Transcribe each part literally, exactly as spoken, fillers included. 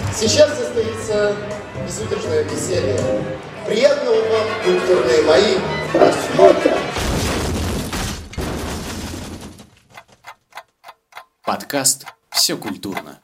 Сейчас состоится безудержное веселье. Приятного вам, культурные мои, просмотра. Подкаст «Все культурно».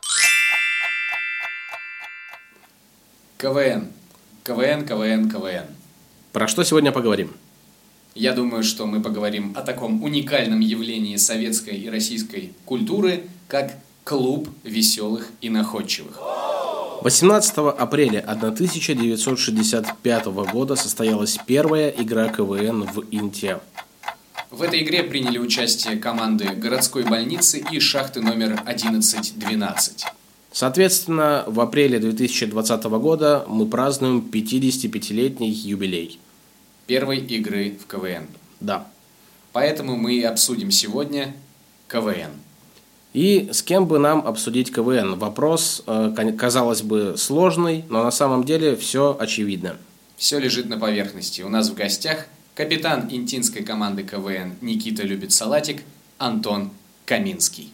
КВН. КВН, КВН, КВН. Про что сегодня поговорим? Я думаю, что мы поговорим о таком уникальном явлении советской и российской культуры, как клуб веселых и находчивых. восемнадцатого апреля тысяча девятьсот шестьдесят пятого года состоялась первая игра КВН в Инте. В этой игре приняли участие команды городской больницы и шахты номер одиннадцать двенадцать. Соответственно, в апреле две тысячи двадцатого года мы празднуем пятидесятипятилетний юбилей первой игры в КВН. Да. Поэтому мы и обсудим сегодня КВН. И с кем бы нам обсудить КВН? Вопрос, казалось бы, сложный, но на самом деле все очевидно. Все лежит на поверхности. У нас в гостях капитан интинской команды КВН «Никита любит салатик» Антон Каминский.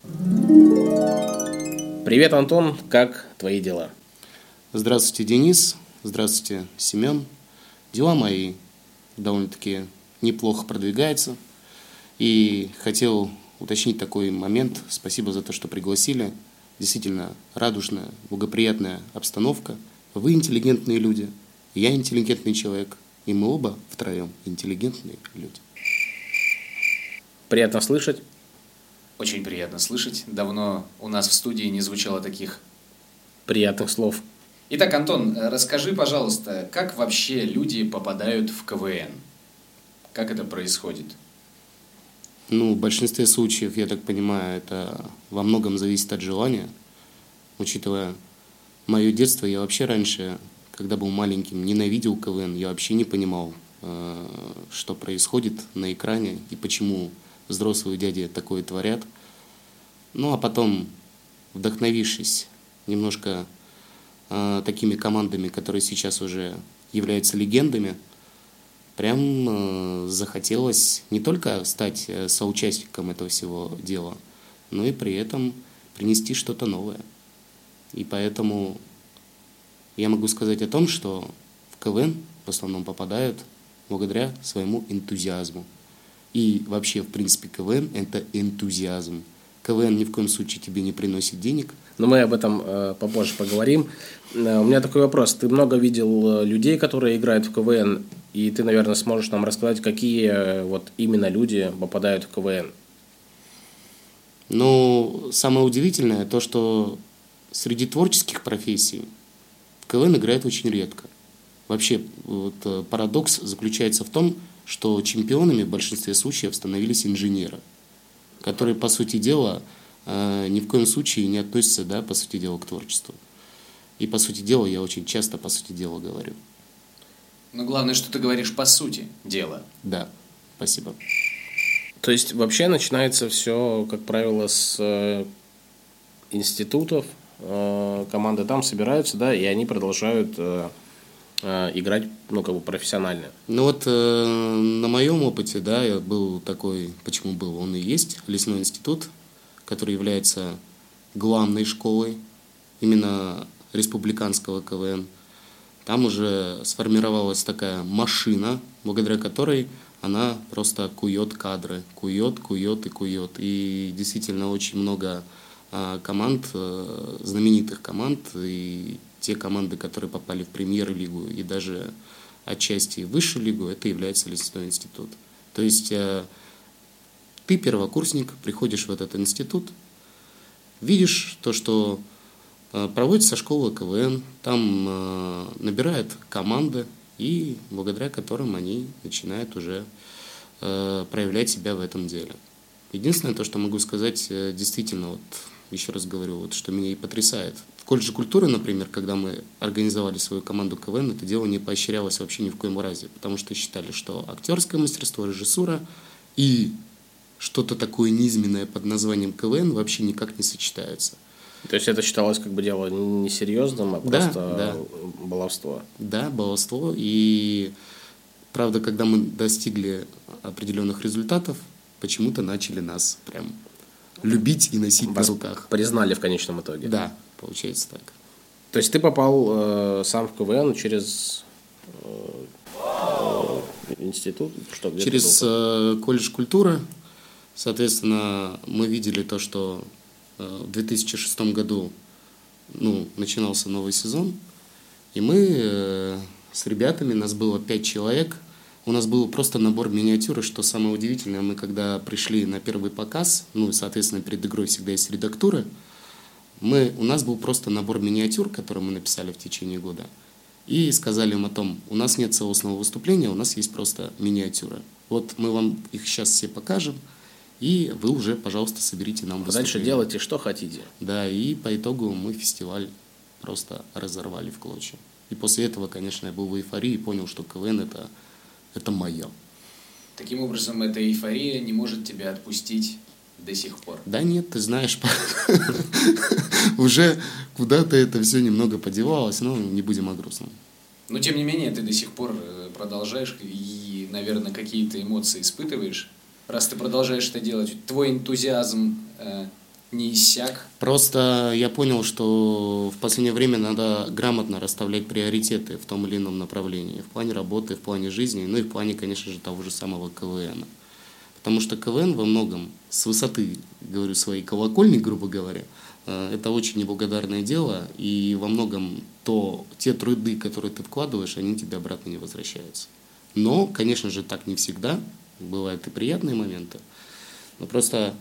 Привет, Антон, как твои дела? Здравствуйте, Денис. Здравствуйте, Семен. Дела мои довольно-таки неплохо продвигаются. И хотел уточнить такой момент. Спасибо за то, что пригласили. Действительно радужная, благоприятная обстановка. Вы интеллигентные люди, я интеллигентный человек. И мы оба втроем интеллигентные люди. Приятно слышать. Очень приятно слышать. Давно у нас в студии не звучало таких приятных слов. Итак, Антон, расскажи, пожалуйста, как вообще люди попадают в КВН? Как это происходит? Ну, в большинстве случаев, я так понимаю, это во многом зависит от желания. Учитывая мое детство, я вообще раньше, когда был маленьким, ненавидел КВН. Я вообще не понимал, что происходит на экране и почему взрослые дяди такое творят. Ну, а потом, вдохновившись немножко э, такими командами, которые сейчас уже являются легендами, прям э, захотелось не только стать соучастником этого всего дела, но и при этом принести что-то новое. И поэтому я могу сказать о том, что в КВН в основном попадают благодаря своему энтузиазму. И вообще, в принципе, КВН – это энтузиазм. КВН ни в коем случае тебе не приносит денег. Но мы об этом э, попозже поговорим. Э, у меня такой вопрос. Ты много видел людей, которые играют в КВН, и ты, наверное, сможешь нам рассказать, какие э, вот именно люди попадают в КВН? Ну, самое удивительное то, что среди творческих профессий в КВН играют очень редко. Вообще, вот, парадокс заключается в том, что чемпионами в большинстве случаев становились инженеры, которые, по сути дела, э, ни в коем случае не относятся, да, по сути дела, к творчеству. И, по сути дела, я очень часто, по сути дела, говорю. Но главное, что ты говоришь по сути дела. Да, спасибо. То есть, вообще начинается все, как правило, с э, институтов, э, команды там собираются, да, и они продолжают э, играть, ну, как бы профессионально. Ну вот э, на моем опыте, да, я был такой, почему был, он и есть, лесной институт, который является главной школой именно республиканского КВН. Там уже сформировалась такая машина, благодаря которой она просто кует кадры, кует, кует и кует. И действительно очень много э, команд, э, знаменитых команд, и те команды, которые попали в премьер-лигу и даже отчасти в высшую лигу, это является лесной институт. То есть э, ты первокурсник, приходишь в этот институт, видишь то, что э, проводится школа КВН, там э, набирают команды, и благодаря которым они начинают уже э, проявлять себя в этом деле. Единственное, то, что могу сказать, э, действительно, вот, еще раз говорю, вот, что меня и потрясает. В колледже культуры, например, когда мы организовали свою команду КВН, это дело не поощрялось вообще ни в коем разе, потому что считали, что актерское мастерство, режиссура и что-то такое низменное под названием КВН вообще никак не сочетаются. То есть это считалось как бы дело несерьезным, а просто да, да. баловство. Да, баловство. И правда, когда мы достигли определенных результатов, почему-то начали нас прям любить и носить Вас на руках. Признали в конечном итоге. Да, получается так. То есть ты попал э, сам в КВН через э, э, институт? Что, где Через э, колледж культуры. Соответственно, мы видели то, что э, в две тысячи шестом году ну, начинался новый сезон. И мы э, с ребятами, нас было пять человек, у нас был просто набор миниатюры, что самое удивительное, мы когда пришли на первый показ, ну и, соответственно, перед игрой всегда есть редактуры, мы, у нас был просто набор миниатюр, которые мы написали в течение года, и сказали им о том, у нас нет целостного выступления, у нас есть просто миниатюры. Вот мы вам их сейчас все покажем, и вы уже, пожалуйста, соберите нам выступление. Дальше делайте, что хотите. Да, и по итогу мы фестиваль просто разорвали в клочья. И после этого, конечно, я был в эйфории и понял, что КВН это, это мое. Таким образом, эта эйфория не может тебя отпустить до сих пор. Да нет, ты знаешь, уже куда-то это все немного подевалось, но не будем о грустном. Но, тем не менее, ты до сих пор продолжаешь и, наверное, какие-то эмоции испытываешь. Раз ты продолжаешь это делать, твой энтузиазм э, не иссяк. Просто я понял, что в последнее время надо грамотно расставлять приоритеты в том или ином направлении. В плане работы, в плане жизни, ну и в плане, конечно же, того же самого КВН. Потому что КВН во многом с высоты, говорю, своей колокольни, грубо говоря, это очень неблагодарное дело, и во многом то, те труды, которые ты вкладываешь, они тебе обратно не возвращаются. Но, конечно же, так не всегда. Бывают и приятные моменты. Но просто...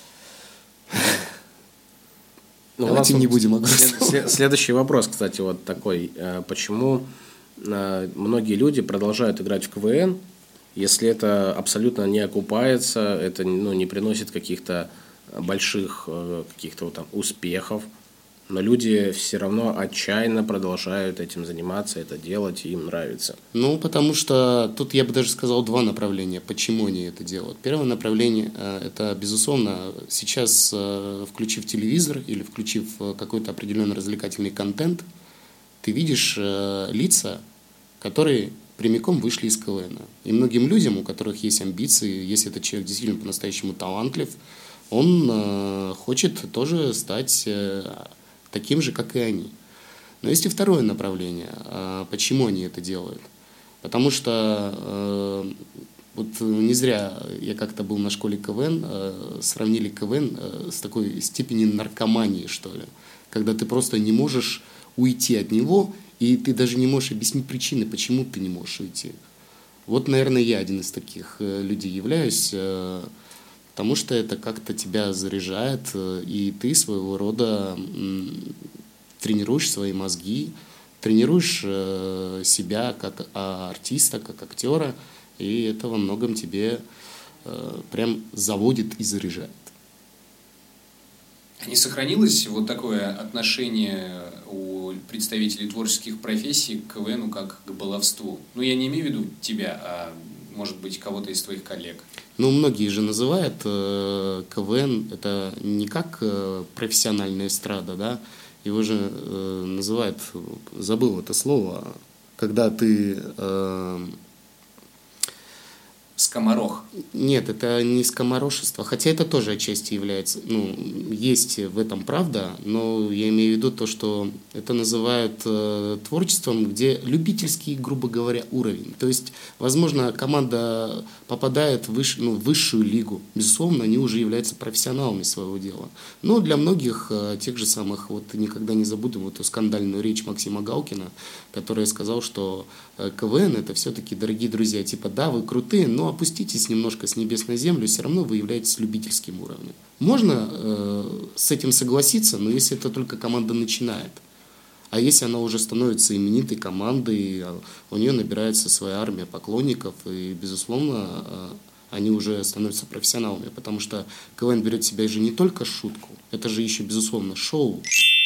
Ну, давайте не будем о след, Следующий вопрос, кстати, вот такой. Почему многие люди продолжают играть в КВН, если это абсолютно не окупается, это ну, не приносит каких-то больших каких-то вот там успехов, но люди все равно отчаянно продолжают этим заниматься, это делать, и им нравится. Ну, потому что тут я бы даже сказал два направления, почему они это делают. Первое направление – это, безусловно, сейчас, включив телевизор или включив какой-то определенный развлекательный контент, ты видишь лица, которые прямиком вышли из КВН. И многим людям, у которых есть амбиции, если этот человек действительно по-настоящему талантлив, он хочет тоже стать таким же, как и они. Но есть и второе направление. Почему они это делают? Потому что вот не зря я как-то был на школе КВН, сравнили КВН с такой степенью наркомании, что ли. Когда ты просто не можешь уйти от него, и ты даже не можешь объяснить причины, почему ты не можешь уйти. Вот, наверное, я один из таких людей являюсь, потому что это как-то тебя заряжает, и ты своего рода тренируешь свои мозги, тренируешь себя как артиста, как актера, и это во многом тебе прям заводит и заряжает. А не сохранилось вот такое отношение у представителей творческих профессий к КВНу как к баловству? Ну, я не имею в виду тебя, а, может быть, кого-то из твоих коллег. Ну, многие же называют э, КВН, это не как э, профессиональная эстрада, да, его же э, называют, забыл это слово, когда ты... Э, Скоморох. Нет, это не скоморошество, хотя это тоже отчасти является, ну, есть в этом правда, но я имею в виду то, что это называют э, творчеством, где любительский, грубо говоря, уровень. То есть, возможно, команда попадает в, выш, ну, в высшую лигу, безусловно, они уже являются профессионалами своего дела. Но для многих э, тех же самых, вот никогда не забуду вот эту скандальную речь Максима Галкина, который сказал, что э, КВН это все-таки, дорогие друзья, типа, да, вы крутые, но опуститесь немножко с небес на землю, все равно вы являетесь любительским уровнем. Можно э, с этим согласиться, но если это только команда начинает. А если она уже становится именитой командой, у нее набирается своя армия поклонников, и, безусловно, э, они уже становятся профессионалами, потому что КВН берет в себя же не только шутку, это же еще, безусловно, шоу.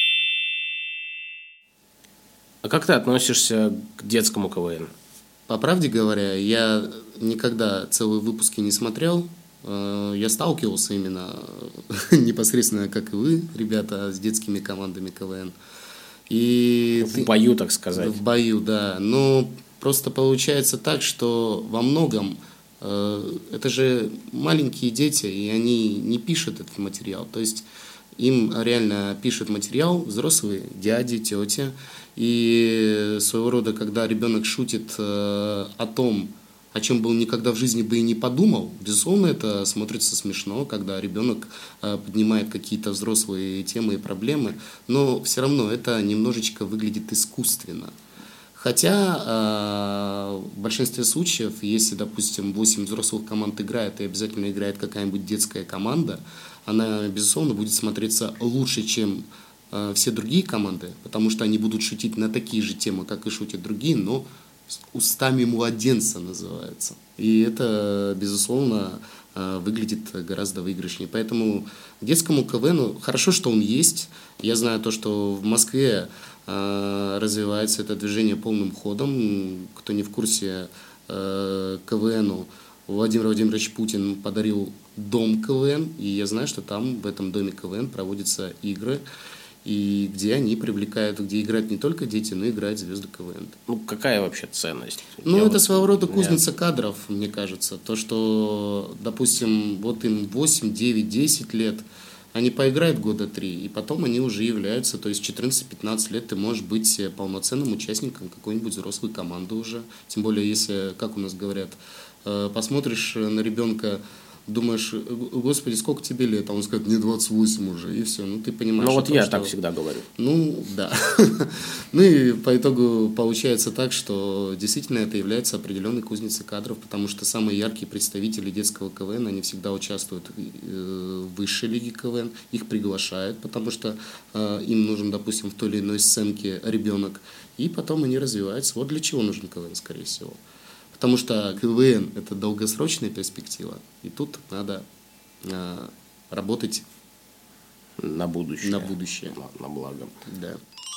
А как ты относишься к детскому КВН? По правде говоря, я никогда целые выпуски не смотрел. Я сталкивался именно непосредственно, как и вы, ребята, с детскими командами КВН. И в ты... бою, так сказать. В бою, да. Но просто получается так, что во многом э, это же маленькие дети, и они не пишут этот материал. То есть Им реально пишут материал взрослые дяди, тети. И своего рода, когда ребенок шутит э, о том, о чем бы он никогда в жизни бы и не подумал, безусловно, это смотрится смешно, когда ребенок э, поднимает какие-то взрослые темы и проблемы, но все равно это немножечко выглядит искусственно. Хотя э, в большинстве случаев, если, допустим, восемь взрослых команд играет и обязательно играет какая-нибудь детская команда, она, безусловно, будет смотреться лучше, чем э, все другие команды, потому что они будут шутить на такие же темы, как и шутят другие, но устами младенца называется. И это, безусловно, выглядит гораздо выигрышнее. Поэтому детскому КВНу хорошо, что он есть. Я знаю то, что в Москве развивается это движение полным ходом. Кто не в курсе, КВНу Владимир Владимирович Путин подарил дом КВН. И я знаю, что там, в этом доме КВН, проводятся игры. И где они привлекают, где играют не только дети, но и играют звезды КВН. Ну, какая вообще ценность? Ну, Я это вот, своего рода меня... кузница кадров, мне кажется. То, что, допустим, вот им восемь, девять, десять лет, они поиграют года три, и потом они уже являются, то есть четырнадцать-пятнадцать лет ты можешь быть полноценным участником какой-нибудь взрослой команды уже. Тем более, если, как у нас говорят, посмотришь на ребенка, думаешь, господи, сколько тебе лет? А он скажет, мне двадцать восемь уже, и все. Ну, ты понимаешь. Ну, вот том, я что... так всегда говорю. Ну, да. Ну, и по итогу получается так, что действительно это является определенной кузницей кадров, потому что самые яркие представители детского КВН, они всегда участвуют в высшей лиге КВН, их приглашают, потому что им нужен, допустим, в той или иной сценке ребенок, и потом они развиваются. Вот для чего нужен КВН, скорее всего. Потому что КВН – это долгосрочная перспектива, и тут надо э, работать на будущее. На будущее. На, на благо. Да.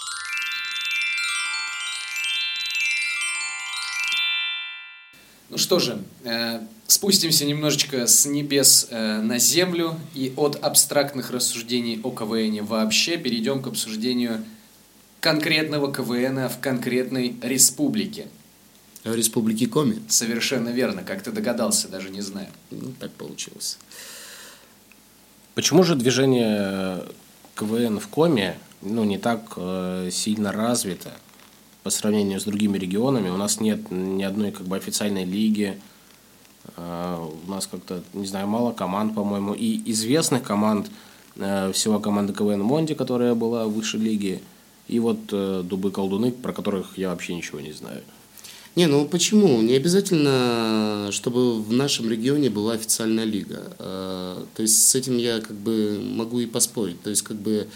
Ну что же, э, спустимся немножечко с небес э, на землю и от абстрактных рассуждений о КВНе вообще перейдем к обсуждению конкретного КВНа в конкретной республике. Республики Коми. Совершенно верно, как ты догадался, даже не знаю. Ну, так получилось. Почему же движение КВН в Коми ну, не так э, сильно развито по сравнению с другими регионами? У нас нет ни одной как бы официальной лиги, э, у нас как-то, не знаю, мало команд, по-моему, и известных команд, э, всего команды КВН Монди, которая была в высшей лиге, и вот э, Дубы-колдуны, про которых я вообще ничего не знаю. Не, ну почему? Не обязательно, чтобы в нашем регионе была официальная лига. То есть с этим я как бы могу и поспорить. То есть как бы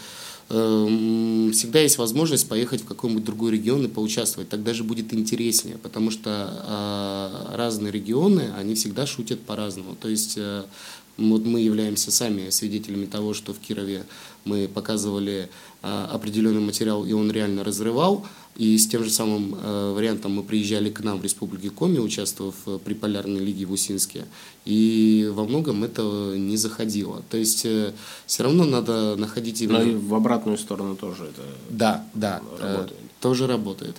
всегда есть возможность поехать в какой-нибудь другой регион и поучаствовать. Так даже будет интереснее, потому что разные регионы, они всегда шутят по-разному. То есть вот мы являемся сами свидетелями того, что в Кирове мы показывали определенный материал, и он реально разрывал. И с тем же самым э, вариантом мы приезжали к нам в Республике Коми, участвовав при полярной лиге в Усинске. И во многом это не заходило. То есть э, все равно надо находить именно... Но и в обратную сторону тоже это Да, да, работает. Э, тоже работает.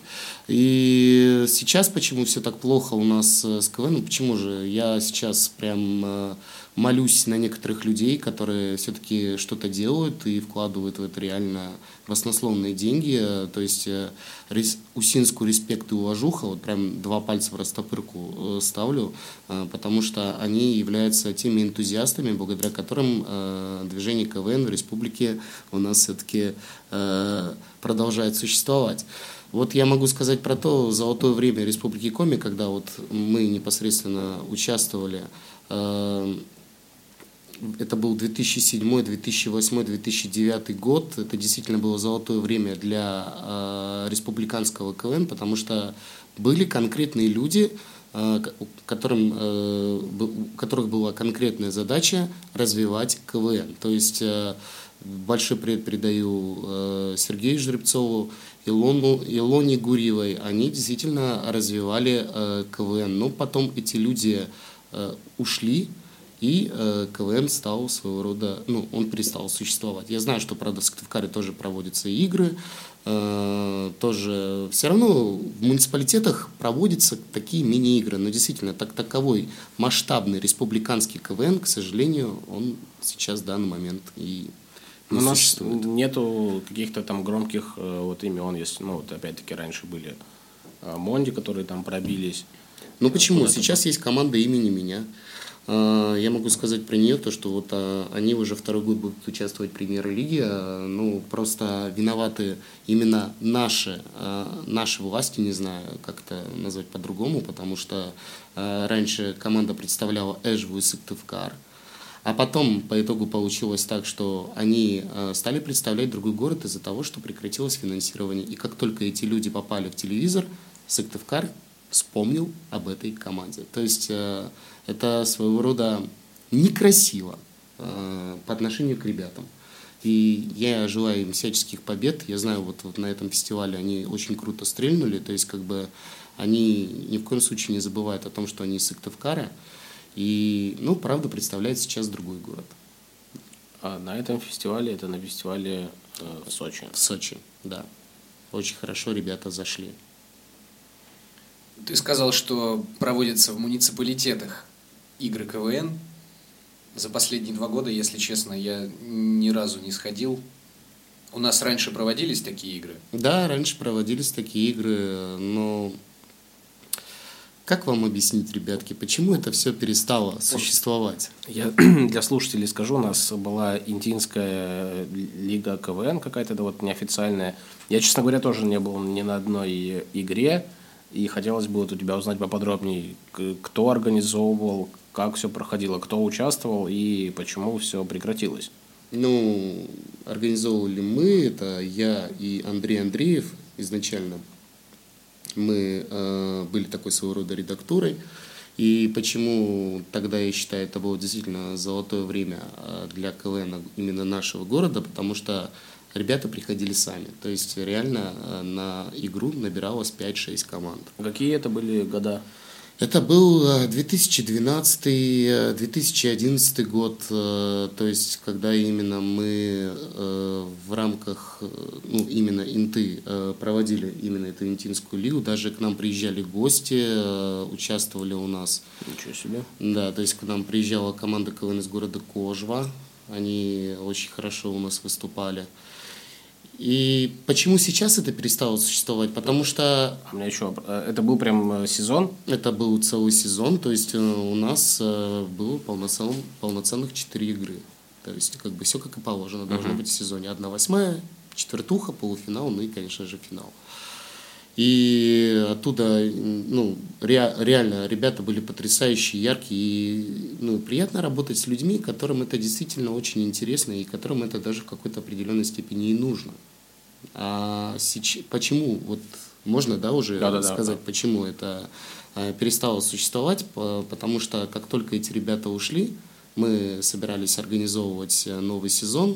И сейчас почему все так плохо у нас с КВН? Почему же? Я сейчас прям э, молюсь на некоторых людей, которые все-таки что-то делают и вкладывают в это реально баснословные деньги. То есть э, рес, Усинску респект и уважуха, вот прям два пальца в растопырку э, ставлю, э, потому что они являются теми энтузиастами, благодаря которым э, движение КВН в республике у нас все-таки э, продолжает существовать. Вот я могу сказать про то золотое время Республики Коми, когда вот мы непосредственно участвовали. Э, это был две тысячи седьмой, две тысячи восьмой, две тысячи девятый год. Это действительно было золотое время для э, республиканского КВН, потому что были конкретные люди, э, которым, э, у которых была конкретная задача развивать КВН. То есть э, большой привет передаю э, Сергею Жеребцову, Илону, Илоне Гурьевой. Они действительно развивали э, КВН. Но потом эти люди э, ушли, и э, КВН стал своего рода, ну, он перестал существовать. Я знаю, что, правда, в Сыктывкаре тоже проводятся игры, э, тоже все равно в муниципалитетах проводятся такие мини-игры, но действительно, так таковой масштабный республиканский КВН, к сожалению, он сейчас в данный момент и У не нас существует. нету каких-то там громких э, вот имен, если, ну, вот опять-таки раньше были э, Монди, которые там пробились. Ну почему? Куда-то Сейчас есть команда имени меня. А, Я могу сказать про нее то, что вот а, они уже второй год будут участвовать в премьер-лиге. а, Ну, просто виноваты именно наши, а, наши власти, не знаю, как это назвать по-другому, потому что а, раньше команда представляла Эжву и Сыктывкар. А потом по итогу получилось так, что они э, стали представлять другой город из-за того, что прекратилось финансирование. И как только эти люди попали в телевизор, Сыктывкар вспомнил об этой команде. То есть э, это своего рода некрасиво э, по отношению к ребятам. И я желаю им всяческих побед. Я знаю, вот, вот на этом фестивале они очень круто стрельнули. То есть как бы они ни в коем случае не забывают о том, что они из Сыктывкара. И, ну, правда, представляет сейчас другой город. А на этом фестивале, это на фестивале э, в Сочи. В Сочи, да. Очень хорошо ребята зашли. Ты сказал, что проводятся в муниципалитетах игры КВН. За последние два года, если честно, я ни разу не сходил. У нас раньше проводились такие игры? Да, раньше проводились такие игры, но как вам объяснить, ребятки, почему это все перестало существовать? Я для слушателей скажу, у нас была Интинская лига КВН какая-то, да, вот неофициальная. Я, честно говоря, тоже не был ни на одной игре, и хотелось бы вот у тебя узнать поподробнее, кто организовывал, как все проходило, кто участвовал и почему все прекратилось. Ну, организовывали мы, это я и Андрей Андреев изначально. Мы э, были такой своего рода редактурой. И почему тогда, я считаю, это было действительно золотое время для КВН именно нашего города, потому что ребята приходили сами. То есть реально на игру набиралось пять-шесть команд. Какие это были года? Это был две тысячи двенадцатый - две тысячи одиннадцатый год, то есть когда именно мы в рамках, ну, именно Инты проводили именно эту Интинскую лигу, даже к нам приезжали гости, участвовали у нас. Ничего себе. Да, то есть к нам приезжала команда КВН из города Кожва, они очень хорошо у нас выступали. И почему сейчас это перестало существовать? Потому что... У меня еще... Это был прям сезон? Это был целый сезон, то есть у нас было полноцен, полноценных четыре игры. То есть как бы все как и положено должно uh-huh. быть в сезоне. Одна восьмая, четвертуха, полуфинал, ну и, конечно же, финал. И оттуда, ну, ре, реально ребята были потрясающие, яркие, и, ну, приятно работать с людьми, которым это действительно очень интересно, и которым это даже в какой-то определенной степени и нужно. А сейчас, почему, вот можно, да, уже да, сказать, да, да. почему это а, перестало существовать, по, потому что как только эти ребята ушли, мы собирались организовывать новый сезон,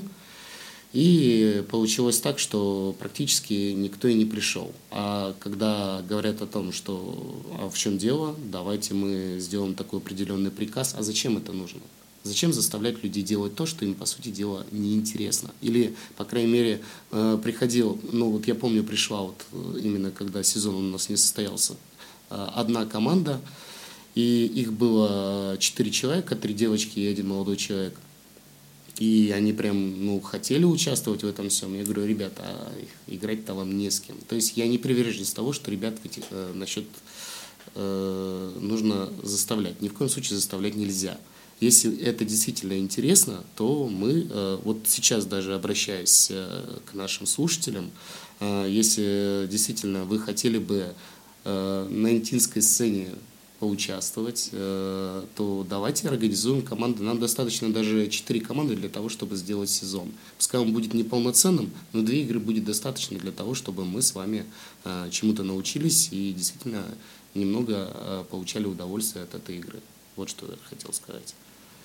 и получилось так, что практически никто и не пришел. А когда говорят о том, что а в чем дело, давайте мы сделаем такой определенный приказ, а зачем это нужно? Зачем заставлять людей делать то, что им, по сути дела, неинтересно? Или, по крайней мере, приходил, ну вот я помню, пришла вот именно когда сезон у нас не состоялся, одна команда, и их было четыре человека, три девочки и один молодой человек. И они прям, ну, хотели участвовать в этом всем. Я говорю, ребята, а играть-то вам не с кем. То есть я не приверженец того, что ребят э, насчет э, нужно заставлять. Ни в коем случае заставлять нельзя. Если это действительно интересно, то мы, э, вот сейчас даже обращаясь э, к нашим слушателям, э, если действительно вы хотели бы э, на интинской сцене поучаствовать, э, то давайте организуем команду. Нам достаточно даже четыре команды для того, чтобы сделать сезон. Пускай он будет неполноценным, но две игры будет достаточно для того, чтобы мы с вами э, чему-то научились и действительно немного э, получали удовольствие от этой игры. Вот что я хотел сказать.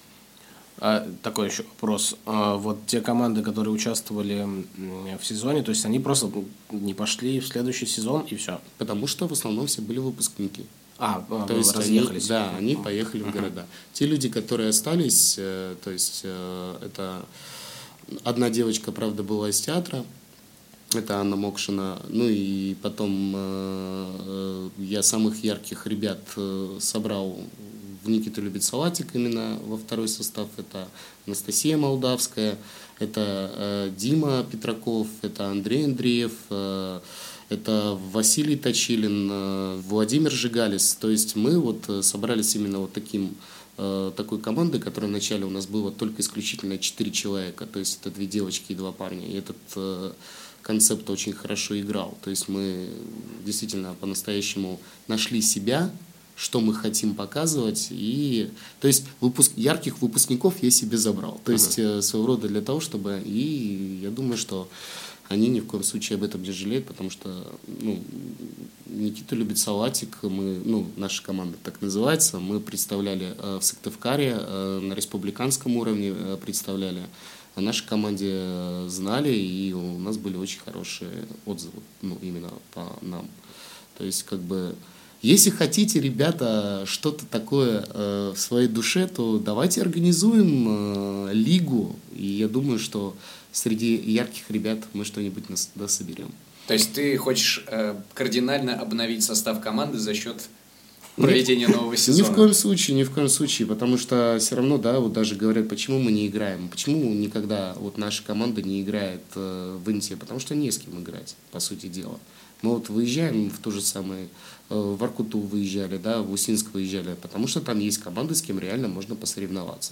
А, такой еще вопрос. А, вот те команды, которые участвовали в сезоне, то есть они просто не пошли в следующий сезон и все? Потому что в основном все были выпускники. А, то есть разъехались. Они, да, они поехали в города. Те люди, которые остались, э, то есть э, это одна девочка, правда, была из театра, это Анна Мокшина, ну и потом э, я самых ярких ребят э, собрал в «Никита любит салатик» именно во второй состав. Это Анастасия Молдавская, это э, Дима Петраков, это Андрей Андреев, э, это Василий Точилин, э, Владимир Жигалис. То есть мы вот собрались именно вот таким, э, такой командой, которая вначале у нас было только исключительно четыре человека. То есть это две девочки и два парня. И этот э, концепт очень хорошо играл. То есть мы действительно по-настоящему нашли себя, что мы хотим показывать. И, то есть выпуск, ярких выпускников я себе забрал. То есть uh-huh. своего рода для того, чтобы... И я думаю, что они ни в коем случае об этом не жалеют, потому что ну, Никита любит салатик. Мы, ну, наша команда так называется. Мы представляли э, в Сыктывкаре, э, на республиканском уровне э, представляли. О нашей команде знали, и у нас были очень хорошие отзывы, ну, именно по нам. То есть, как бы, если хотите, ребята, что-то такое э, в своей душе, то давайте организуем э, лигу, и я думаю, что среди ярких ребят мы что-нибудь нас, да, соберем. То есть, ты хочешь э, кардинально обновить состав команды за счет проведения нового сезона? Ни в коем случае, ни в коем случае, потому что все равно, да, вот даже говорят, почему мы не играем, почему никогда вот наша команда не играет э, в Инте, потому что не с кем играть, по сути дела. Мы вот выезжаем в то же самое, э, в Воркуту выезжали, да, в Усинск выезжали, потому что там есть команды, с кем реально можно посоревноваться.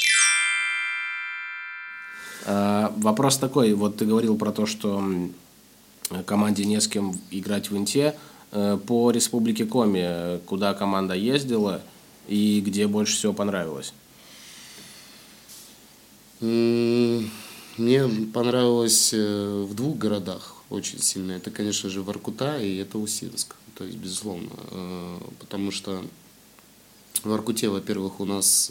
А, вопрос такой, вот ты говорил про то, что команде не с кем играть в Инте. По Республике Коми, куда команда ездила и где больше всего понравилось? Мне понравилось в двух городах очень сильно. Это, конечно же, Воркута и это Усинск. То есть, безусловно. Потому что в Воркуте, во-первых, у нас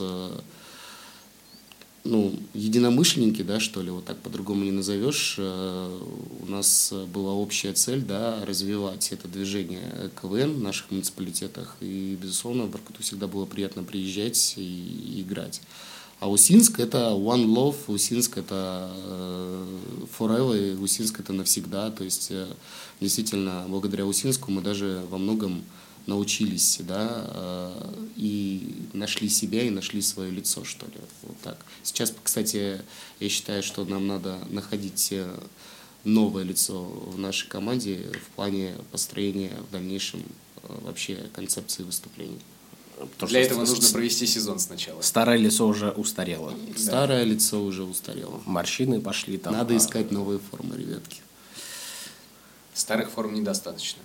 ну, единомышленники, да, что ли, вот так по-другому не назовешь. У нас была общая цель, да, развивать это движение КВН в наших муниципалитетах. И, безусловно, в Воркуту всегда было приятно приезжать и, и играть. А Усинск – это one love, Усинск – это forever, Усинск – это навсегда. То есть, действительно, благодаря Усинску мы даже во многом научились, да, и нашли себя, и нашли свое лицо, что ли, вот так. Сейчас, кстати, я считаю, что нам надо находить новое лицо в нашей команде в плане построения в дальнейшем вообще концепции выступлений. Потому Для этого нужно провести сезон сначала. Старое лицо уже устарело. Старое да. лицо уже устарело. Морщины пошли там. Надо а... искать новые формы, ребятки. Старых форм недостаточно.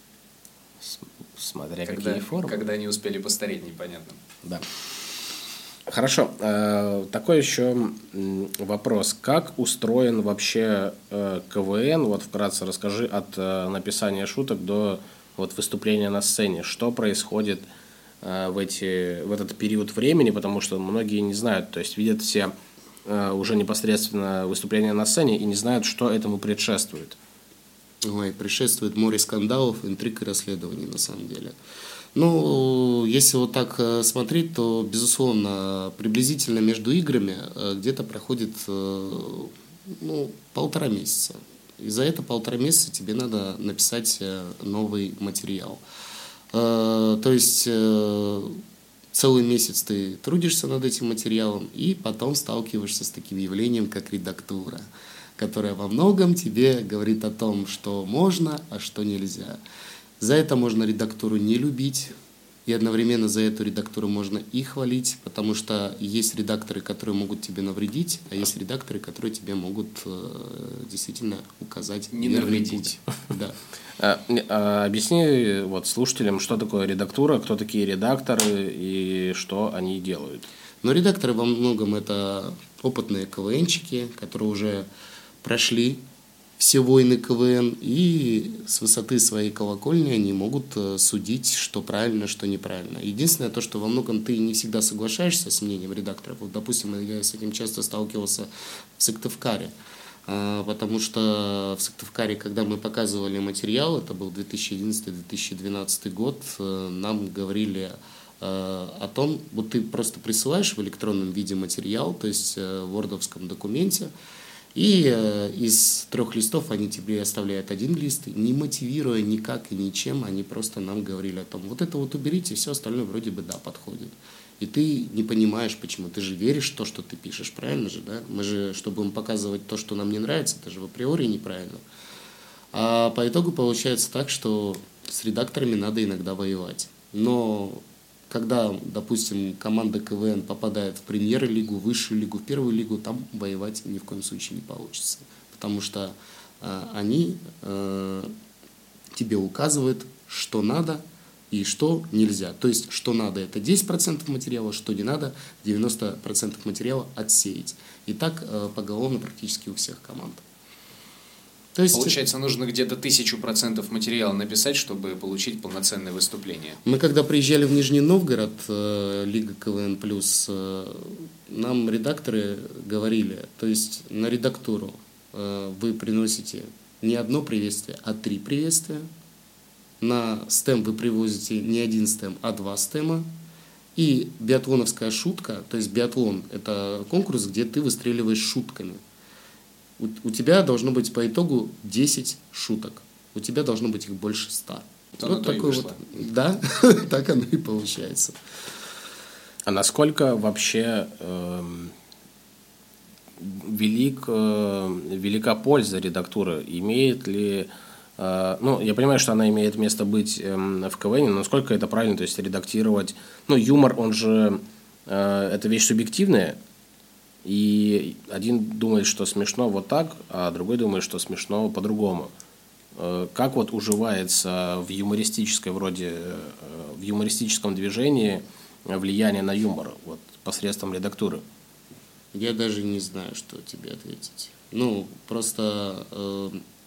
Смотря когда, какие формы. Когда они успели постареть, непонятно. Да. Хорошо. Такой еще вопрос. Как устроен вообще КВН? Вот вкратце расскажи от написания шуток до вот выступления на сцене. Что происходит в, эти, в этот период времени? Потому что многие не знают. То есть видят все уже непосредственно выступление на сцене и не знают, что этому предшествует. Ой, предшествует море скандалов, интриг и расследований, на самом деле. Ну, если вот так смотреть, то, безусловно, приблизительно между играми где-то проходит ну, полтора месяца. И за это полтора месяца тебе надо написать новый материал. То есть целый месяц ты трудишься над этим материалом и потом сталкиваешься с таким явлением, как редактура, которая во многом тебе говорит о том, что можно, а что нельзя. За это можно редактуру не любить, и одновременно за эту редактуру можно и хвалить, потому что есть редакторы, которые могут тебе навредить, а есть редакторы, которые тебе могут э, действительно указать не навредить. Да. А, а, объясни вот слушателям, что такое редактура, кто такие редакторы и что они делают. Но редакторы во многом это опытные КВНщики, которые уже прошли все войны КВН, и с высоты своей колокольни они могут судить, что правильно, что неправильно. Единственное, то, что во многом ты не всегда соглашаешься с мнением редакторов. Вот, допустим, я с этим часто сталкивался в Сыктывкаре, потому что в Сыктывкаре, когда мы показывали материал, это был две тысячи одиннадцатый — две тысячи двенадцатый год, нам говорили о том, вот ты просто присылаешь в электронном виде материал, то есть в вордовском документе, И э, из трех листов они тебе оставляют один лист, не мотивируя никак и ничем, они просто нам говорили о том, вот это вот уберите, все остальное вроде бы да, подходит. И ты не понимаешь, почему. Ты же веришь в то, что ты пишешь, правильно же, да? Мы же, чтобы им показывать то, что нам не нравится, это же в априори неправильно. А по итогу получается так, что с редакторами надо иногда воевать. Но когда, допустим, команда КВН попадает в премьер-лигу, высшую лигу, в первую лигу, там воевать ни в коем случае не получится. Потому что э, они э, тебе указывают, что надо и что нельзя. То есть, что надо, это десять процентов материала, что не надо, девяносто процентов материала отсеять. И так э, поголовно практически у всех команд. То есть, получается, нужно где-то тысячу процентов материала написать, чтобы получить полноценное выступление. Мы когда приезжали в Нижний Новгород, э, Лига КВН плюс, э, нам редакторы говорили, то есть на редактуру э, вы приносите не одно приветствие, а три приветствия. На стем вы привозите не один стем, а два стема. И биатлоновская шутка, то есть биатлон – это конкурс, где ты выстреливаешь шутками. У, у тебя должно быть по итогу десять шуток. У тебя должно быть их больше ста. То вот такой вот. Да, так оно и получается. А насколько вообще э, велик, э, велика польза редактуры? Имеет ли... Э, ну, я понимаю, что она имеет место быть э, в КВН, но насколько это правильно, то есть редактировать... Ну, юмор, он же... Э, это вещь субъективная. И один думает, что смешно вот так, а другой думает, что смешно по-другому. Как вот уживается в юмористической вроде, в юмористическом движении влияние на юмор вот, посредством редактуры? Я даже не знаю, что тебе ответить. Ну, просто э,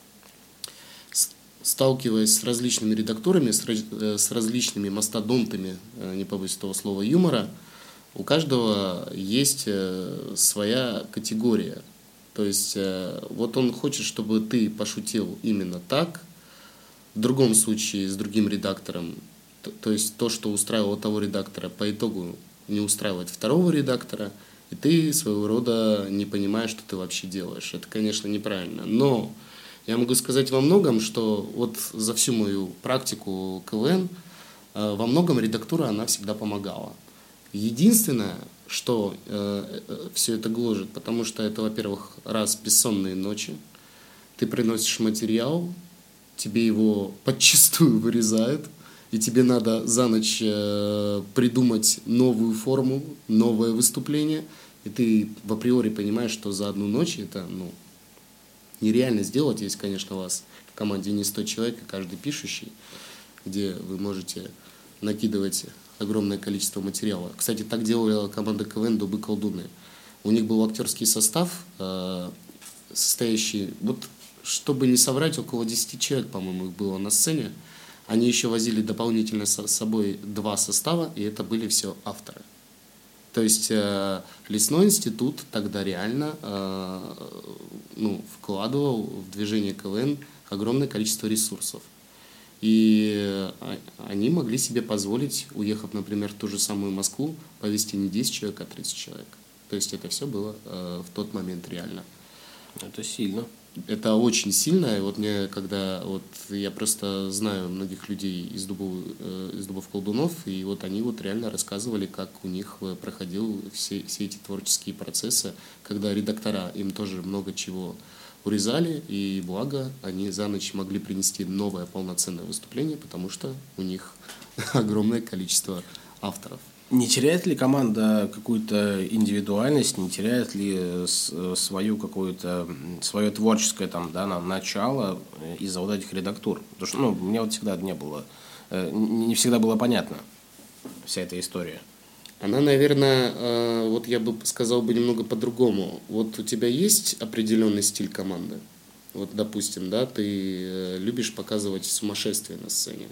сталкиваясь с различными редакторами, с, с различными мастодонтами, не побоюсь этого слова, юмора, у каждого есть своя категория. То есть, вот он хочет, чтобы ты пошутил именно так, в другом случае с другим редактором, то, то есть то, что устраивало того редактора, по итогу не устраивает второго редактора, и ты своего рода не понимаешь, что ты вообще делаешь. Это, конечно, неправильно. Но я могу сказать во многом, что вот за всю мою практику КВН во многом редактура, она всегда помогала. Единственное, что э, все это гложет, потому что это, во-первых, раз бессонные ночи, ты приносишь материал, тебе его подчистую вырезают, и тебе надо за ночь э, придумать новую форму, новое выступление, и ты в априори понимаешь, что за одну ночь это ну, нереально сделать, если, конечно, у вас в команде не сто человек, и каждый пишущий, где вы можете накидывать огромное количество материала. Кстати, так делала команда КВН «Дубы колдуны». У них был актерский состав, состоящий, вот, чтобы не соврать, около десяти человек, по-моему, их было на сцене. Они еще возили дополнительно с собой два состава, и это были все авторы. То есть Лесной институт тогда реально ну, вкладывал в движение КВН огромное количество ресурсов. И они могли себе позволить, уехав, например, в ту же самую Москву, повезти не десять человек, а тридцать человек. То есть это все было э, в тот момент реально. Это сильно. Это очень сильно. И вот мне, когда вот я просто знаю многих людей из дубов, э, из дубов колдунов, и вот они вот реально рассказывали, как у них проходил все, все эти творческие процессы, когда редактора им тоже много чего урезали, и благо они за ночь могли принести новое полноценное выступление, потому что у них огромное количество авторов. Не теряет ли команда какую-то индивидуальность, не теряет ли свою какую-то, свое творческое там, да, начало из-за вот этих редактур? Потому что ну, мне вот всегда не было, не всегда было понятно вся эта история. Она, наверное, вот я бы сказал бы немного по-другому. Вот у тебя есть определенный стиль команды. Вот, допустим, да, ты любишь показывать сумасшествие на сцене.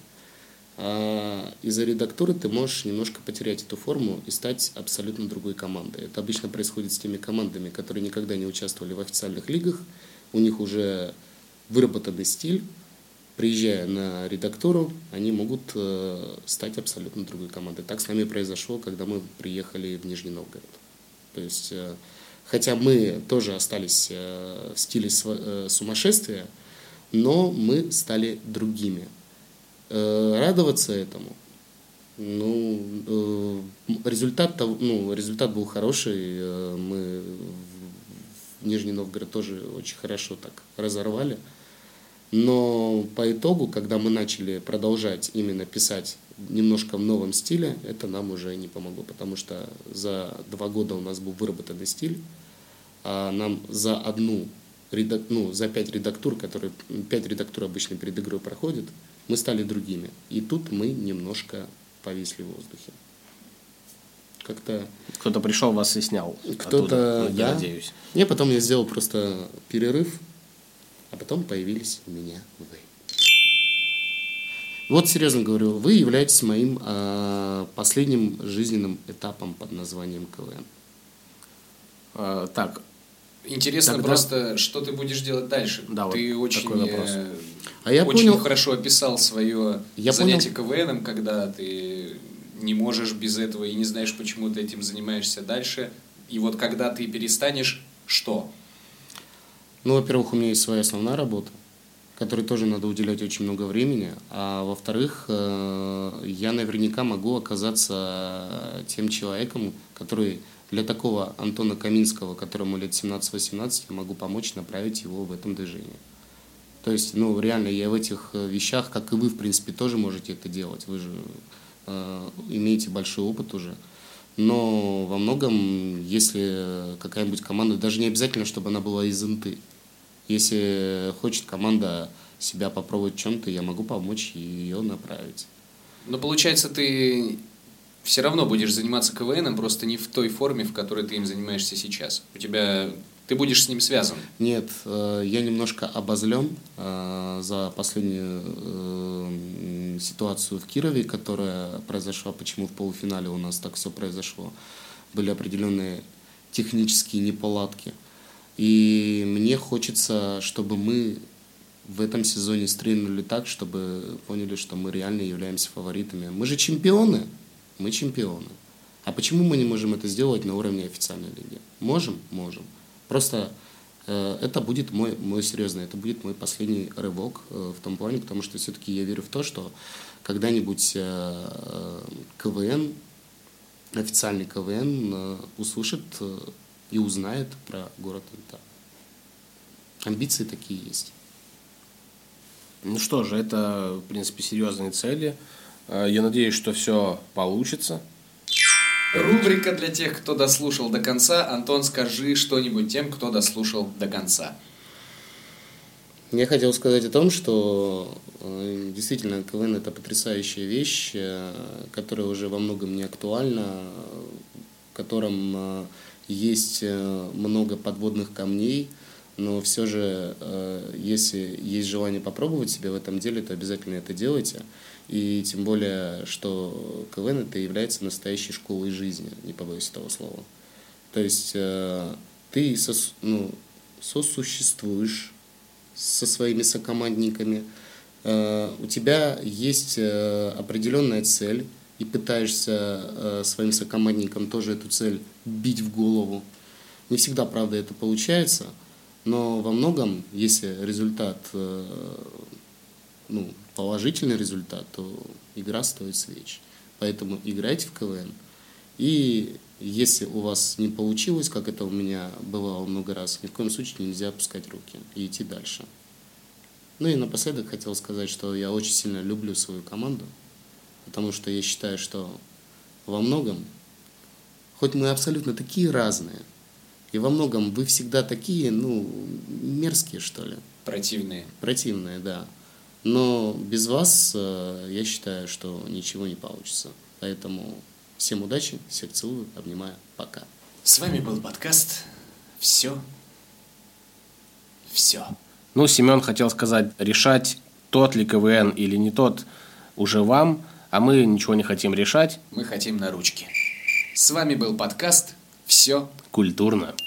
А из-за редактуры ты можешь немножко потерять эту форму и стать абсолютно другой командой. Это обычно происходит с теми командами, которые никогда не участвовали в официальных лигах. У них уже выработанный стиль. Приезжая на редактуру, они могут э, стать абсолютно другой командой. Так с нами произошло, когда мы приехали в Нижний Новгород. То есть э, Хотя мы тоже остались э, в стиле св- э, сумасшествия, но мы стали другими. Э, радоваться этому. Ну, э, результат, ну, результат был хороший. Э, мы в Нижний Новгород тоже очень хорошо так разорвали. Но по итогу, когда мы начали продолжать именно писать немножко в новом стиле, это нам уже не помогло, потому что за два года у нас был выработанный стиль, а нам за одну, ну, за пять редактур, которые, пять редактур обычно перед игрой проходят, мы стали другими. И тут мы немножко повисли в воздухе. Как-то... Кто-то пришел, вас и снял. Кто-то, оттуда, да. Надеюсь. И потом я сделал просто перерыв, а потом появились у меня вы. Вот серьезно говорю, вы являетесь моим э, последним жизненным этапом под названием КВН. А, так. Интересно Тогда... просто, что ты будешь делать дальше. Да, ты вот очень, э, а я очень понял... хорошо описал свое я занятие понял... КВНом, когда ты не можешь без этого и не знаешь, почему ты этим занимаешься дальше. И вот когда ты перестанешь, что? Ну, во-первых, у меня есть своя основная работа, которой тоже надо уделять очень много времени. А во-вторых, я наверняка могу оказаться тем человеком, который для такого Антона Каминского, которому лет семнадцать-восемнадцать, я могу помочь направить его в этом движении. То есть, ну, реально, я в этих вещах, как и вы, в принципе, тоже можете это делать. Вы же э, имеете большой опыт уже. Но во многом, если какая-нибудь команда, даже не обязательно, чтобы она была из ИНТы, если хочет команда себя попробовать в чем-то, я могу помочь ее направить. Но получается, ты все равно будешь заниматься КВНом, просто не в той форме, в которой ты им занимаешься сейчас. У тебя... Ты будешь с ним связан? Нет, я немножко обозлен за последнюю ситуацию в Кирове, которая произошла, почему в полуфинале у нас так все произошло. Были определенные технические неполадки. И мне хочется, чтобы мы в этом сезоне стрельнули так, чтобы поняли, что мы реально являемся фаворитами. Мы же чемпионы. Мы чемпионы. А почему мы не можем это сделать на уровне официальной лиги? Можем? Можем. Просто э, это будет мой, мой серьезный, это будет мой последний рывок э, в том плане, потому что все-таки я верю в то, что когда-нибудь э, КВН, официальный КВН э, услышит э, и узнает про город Инта. Амбиции такие есть. Ну что же, это, в принципе, серьезные цели. Я надеюсь, что все получится. Рубрика для тех, кто дослушал до конца. Антон, скажи что-нибудь тем, кто дослушал до конца. Я хотел сказать о том, что действительно КВН – это потрясающая вещь, которая уже во многом не актуальна, в котором есть много подводных камней, но все же, если есть желание попробовать себя в этом деле, то обязательно это делайте. И тем более, что КВН это является настоящей школой жизни, не побоюсь этого слова. То есть ты сос, ну, сосуществуешь со своими сокомандниками, у тебя есть определенная цель, и пытаешься своим сокомандникам тоже эту цель бить в голову. Не всегда, правда, это получается, но во многом, если результат, ну, положительный результат, то игра стоит свеч. Поэтому играйте в КВН. И если у вас не получилось, как это у меня бывало много раз, ни в коем случае нельзя опускать руки и идти дальше. Ну и напоследок хотел сказать, что я очень сильно люблю свою команду, потому что я считаю, что во многом, хоть мы абсолютно такие разные, и во многом вы всегда такие, ну, мерзкие, что ли. Противные. Противные, да. Но без вас, я считаю, что ничего не получится. Поэтому всем удачи, всех целую, обнимаю, пока. С вами был подкаст «Все, все». Ну, Семен хотел сказать, решать, тот ли КВН или не тот, уже вам, а мы ничего не хотим решать. Мы хотим на ручки. С вами был подкаст «Все культурно».